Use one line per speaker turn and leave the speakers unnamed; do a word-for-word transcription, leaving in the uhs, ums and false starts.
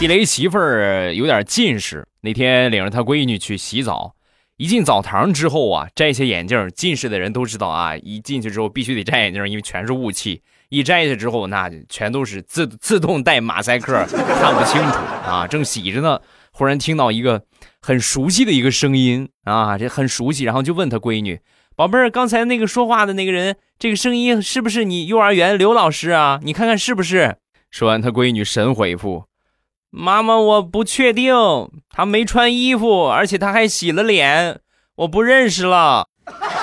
地雷媳妇儿有点近视，那天领着她闺女去洗澡，一进澡堂之后啊，摘下眼镜，近视的人都知道啊，一进去之后必须得摘眼镜，因为全是雾气。一摘下之后，那全都是自自动带马赛克，看不清楚啊。正洗着呢，忽然听到一个很熟悉的一个声音啊，这很熟悉，然后就问他闺女：“宝贝儿，刚才那个说话的那个人，这个声音是不是你幼儿园刘老师啊？你看看是不是？”说完，他闺女神回复：“妈妈，我不确定，他没穿衣服，而且他还洗了脸，我不认识了。”